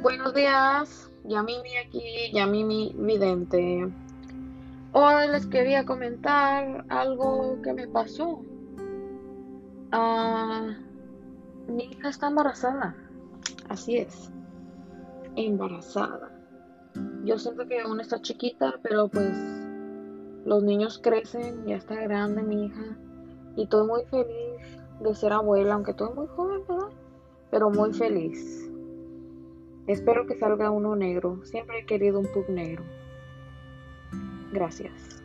Buenos días, Yamimi aquí, Yamimi Vidente. Hoy les quería comentar algo que me pasó. Ah, Mi hija está embarazada, así es, embarazada. Yo siento que aún está chiquita, pero pues los niños crecen, ya está grande mi hija y estoy muy feliz de ser abuela, aunque estoy muy joven, ¿verdad? Pero muy feliz. Espero que salga uno negro. Siempre he querido un pug negro. Gracias.